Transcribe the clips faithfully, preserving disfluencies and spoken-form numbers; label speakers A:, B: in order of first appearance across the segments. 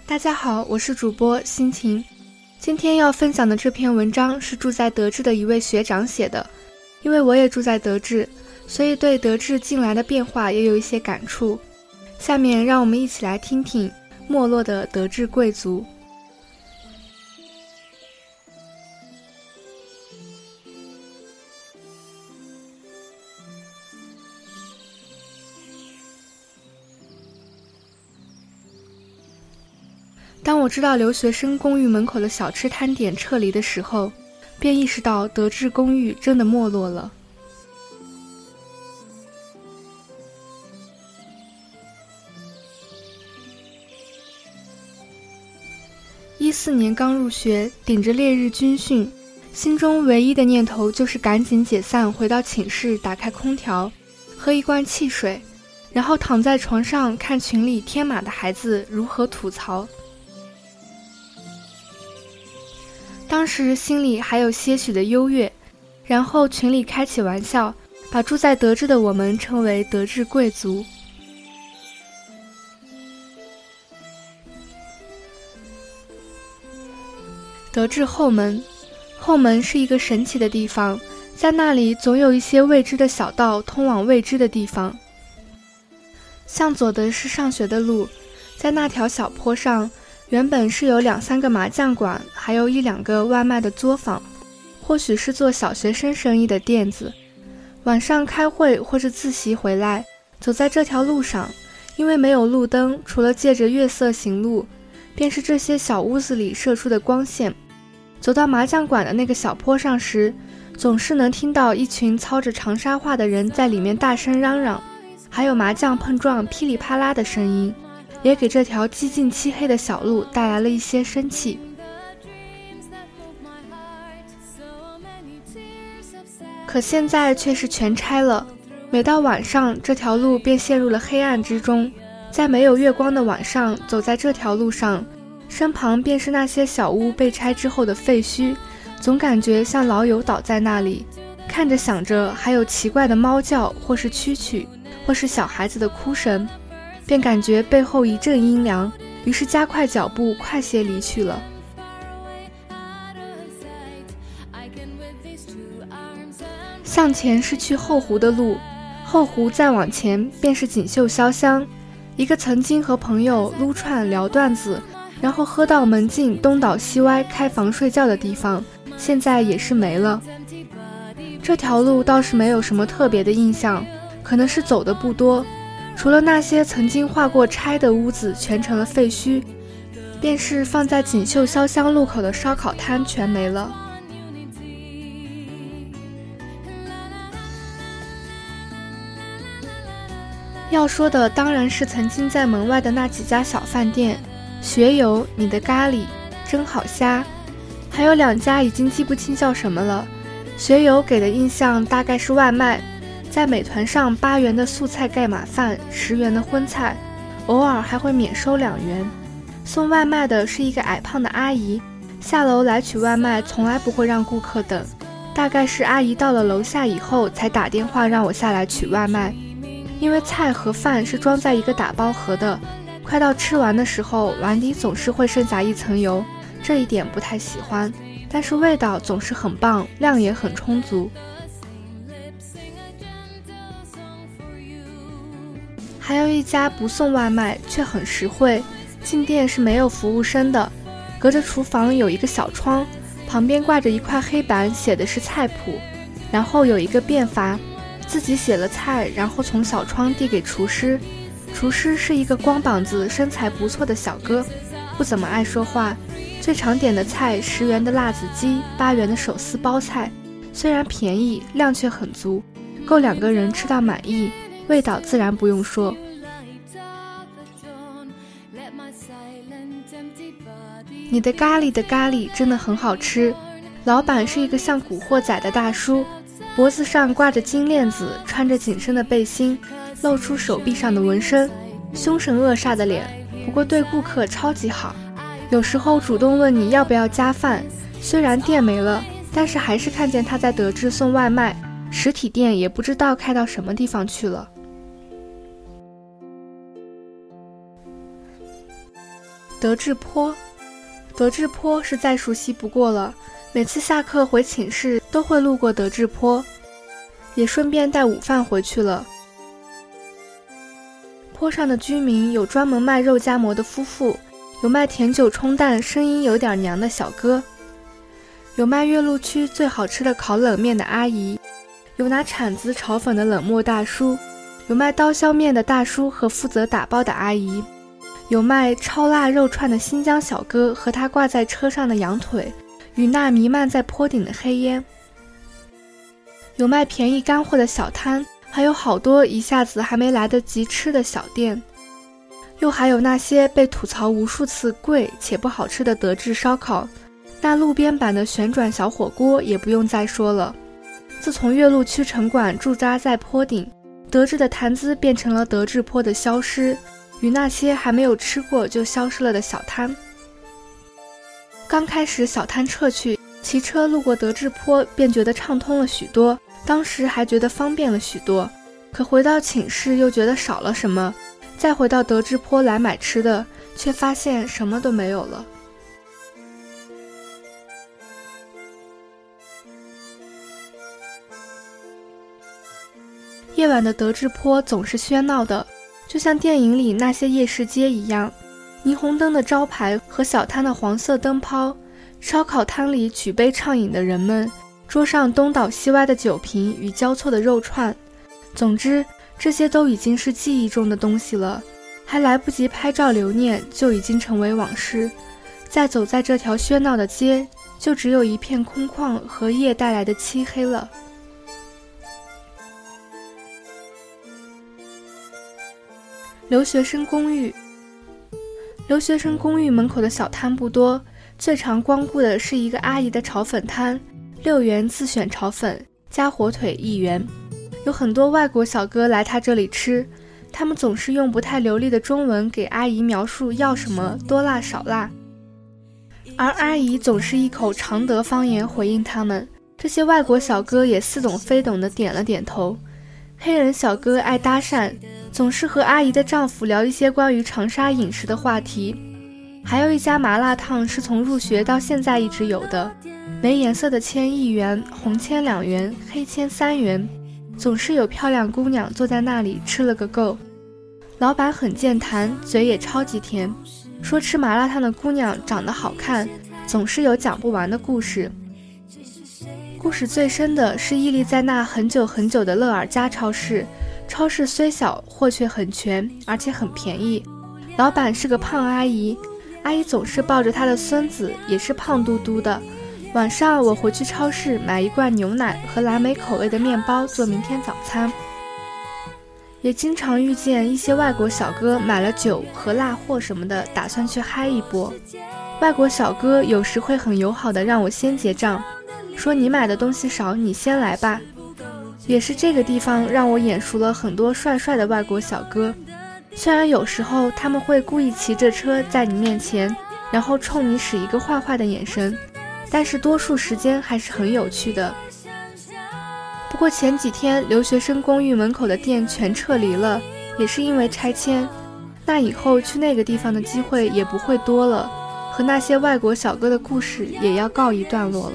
A: 大家好，我是主播心情。今天要分享的这篇文章是住在德智的一位学长写的，因为我也住在德智，所以对德智近来的变化也有一些感触。下面让我们一起来听听没落的德智贵族。当我知道留学生公寓门口的小吃摊点撤离的时候，便意识到德智公寓真的没落了。一四年刚入学，顶着烈日军训，心中唯一的念头就是赶紧解散，回到寝室打开空调，喝一罐汽水，然后躺在床上看群里天马的孩子如何吐槽。当时心里还有些许的优越，然后群里开起玩笑，把住在德智的我们称为德智贵族。德智后门，后门是一个神奇的地方，在那里总有一些未知的小道通往未知的地方。向左的是上学的路，在那条小坡上原本是有两三个麻将馆，还有一两个外卖的作坊，或许是做小学生生意的店子。晚上开会或是自习回来，走在这条路上，因为没有路灯，除了借着月色行路，便是这些小屋子里射出的光线。走到麻将馆的那个小坡上时，总是能听到一群操着长沙话的人在里面大声嚷嚷，还有麻将碰撞噼里啪啦的声音，也给这条寂静漆黑的小路带来了一些生气。可现在却是全拆了，每到晚上这条路便陷入了黑暗之中。在没有月光的晚上，走在这条路上，身旁便是那些小屋被拆之后的废墟，总感觉像老友倒在那里，看着想着，还有奇怪的猫叫，或是蛐蛐，或是小孩子的哭声，便感觉背后一阵阴凉，于是加快脚步，快些离去了。向前是去后湖的路，后湖再往前便是锦绣潇湘，一个曾经和朋友撸串聊段子，然后喝到门禁东倒西歪开房睡觉的地方，现在也是没了。这条路倒是没有什么特别的印象，可能是走的不多，除了那些曾经画过拆的屋子全成了废墟，便是放在锦绣潇湘路口的烧烤摊全没了。要说的当然是曾经在门外的那几家小饭店，学友、你的咖喱、蒸好虾，还有两家已经记不清叫什么了。学友给的印象大概是外卖，在美团上八元的素菜盖码饭，十元的荤菜，偶尔还会免收两元。送外卖的是一个矮胖的阿姨，下楼来取外卖从来不会让顾客等，大概是阿姨到了楼下以后才打电话让我下来取外卖。因为菜和饭是装在一个打包盒的，快到吃完的时候，碗底总是会剩下一层油，这一点不太喜欢，但是味道总是很棒，量也很充足。还有一家不送外卖却很实惠，进店是没有服务生的，隔着厨房有一个小窗，旁边挂着一块黑板，写的是菜谱，然后有一个便罚，自己写了菜，然后从小窗递给厨师。厨师是一个光膀子身材不错的小哥，不怎么爱说话。最常点的菜十元的辣子鸡，八元的手撕包菜，虽然便宜，量却很足，够两个人吃到满意，味道自然不用说。你的咖喱的咖喱真的很好吃，老板是一个像古惑仔的大叔，脖子上挂着金链子，穿着紧身的背心，露出手臂上的纹身，凶神恶煞的脸，不过对顾客超级好，有时候主动问你要不要加饭。虽然店没了，但是还是看见他在德智送外卖，实体店也不知道开到什么地方去了。 德智坡，德智坡是再熟悉不过了，每次下课回寝室都会路过德智坡，也顺便带午饭回去了。坡上的居民有专门卖肉夹馍的夫妇，有卖甜酒冲蛋声音有点娘的小哥，有卖岳麓区最好吃的烤冷面的阿姨，有拿铲子炒粉的冷漠大叔，有卖刀削面的大叔和负责打包的阿姨，有卖超辣肉串的新疆小哥和他挂在车上的羊腿与那弥漫在坡顶的黑烟，有卖便宜干货的小摊，还有好多一下子还没来得及吃的小店，又还有那些被吐槽无数次贵且不好吃的德智烧烤，那路边版的旋转小火锅也不用再说了。自从岳麓区城管驻扎在坡顶，德智的谈资变成了德智坡的消失，与那些还没有吃过就消失了的小摊。刚开始小摊撤去，骑车路过德智坡便觉得畅通了许多，当时还觉得方便了许多，可回到寝室又觉得少了什么，再回到德智坡来买吃的，却发现什么都没有了。夜晚的德智坡总是喧闹的，就像电影里那些夜市街一样，霓虹灯的招牌和小摊的黄色灯泡，烧烤摊里举杯畅饮的人们，桌上东倒西歪的酒瓶与交错的肉串，总之这些都已经是记忆中的东西了，还来不及拍照留念就已经成为往事。再走在这条喧闹的街，就只有一片空旷和夜带来的漆黑了。留学生公寓，留学生公寓门口的小摊不多，最常光顾的是一个阿姨的炒粉摊，六元自选炒粉，加火腿一元。有很多外国小哥来他这里吃，他们总是用不太流利的中文给阿姨描述要什么，多辣少辣，而阿姨总是一口常德方言回应他们。这些外国小哥也似懂非懂地点了点头。黑人小哥爱搭讪，总是和阿姨的丈夫聊一些关于长沙饮食的话题。还有一家麻辣烫是从入学到现在一直有的，没颜色的签一元，红签两元，黑签三元，总是有漂亮姑娘坐在那里吃了个够。老板很健谈，嘴也超级甜，说吃麻辣烫的姑娘长得好看，总是有讲不完的故事。故事最深的是屹立在那很久很久的乐尔家超市，超市虽小，货却很全，而且很便宜。老板是个胖阿姨，阿姨总是抱着她的孙子，也是胖嘟嘟的。晚上我回去超市买一罐牛奶和蓝莓口味的面包做明天早餐。也经常遇见一些外国小哥买了酒和辣货什么的，打算去嗨一波。外国小哥有时会很友好的让我先结账，说你买的东西少，你先来吧。也是这个地方让我眼熟了很多帅帅的外国小哥，虽然有时候他们会故意骑着车在你面前，然后冲你使一个坏坏的眼神，但是多数时间还是很有趣的。不过前几天留学生公寓门口的店全撤离了，也是因为拆迁，那以后去那个地方的机会也不会多了，和那些外国小哥的故事也要告一段落了。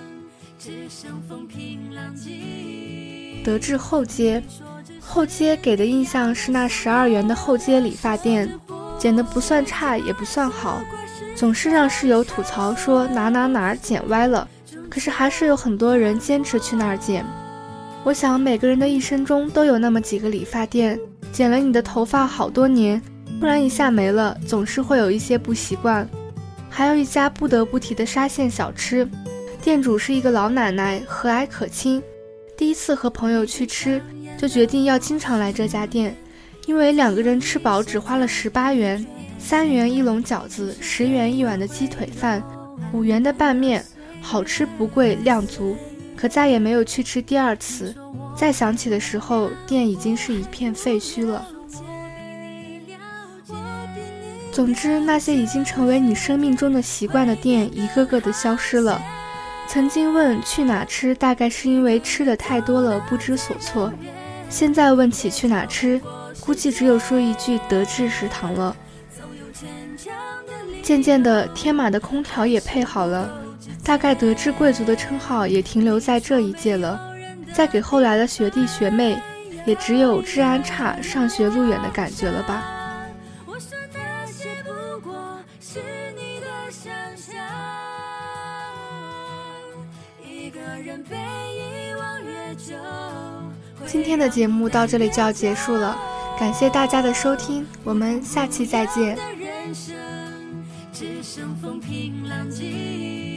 A: 德智后街，后街给的印象是那十二元的后街理发店，剪得不算差也不算好，总是让室友吐槽说哪哪哪儿剪歪了，可是还是有很多人坚持去那儿剪。我想每个人的一生中都有那么几个理发店，剪了你的头发好多年，突然一下没了，总是会有一些不习惯。还有一家不得不提的沙县小吃，店主是一个老奶奶，和蔼可亲。第一次和朋友去吃，就决定要经常来这家店，因为两个人吃饱只花了十八元，三元一笼饺子，十元一碗的鸡腿饭，五元的拌面，好吃不贵，量足。可再也没有去吃第二次，再想起的时候，店已经是一片废墟了。总之，那些已经成为你生命中的习惯的店，一个个的消失了。曾经问去哪吃，大概是因为吃的太多了不知所措，现在问起去哪吃，估计只有说一句德智食堂了。 渐渐的，天马的空调也配好了，大概德智贵族的称号也停留在这一届了。再给后来的学弟学妹，也只有治安差、上学路远的感觉了吧。我说那些不过是你的想象，一个人被遗忘越久。今天的节目到这里就要结束了，感谢大家的收听，我们下期再见。只剩风平浪静。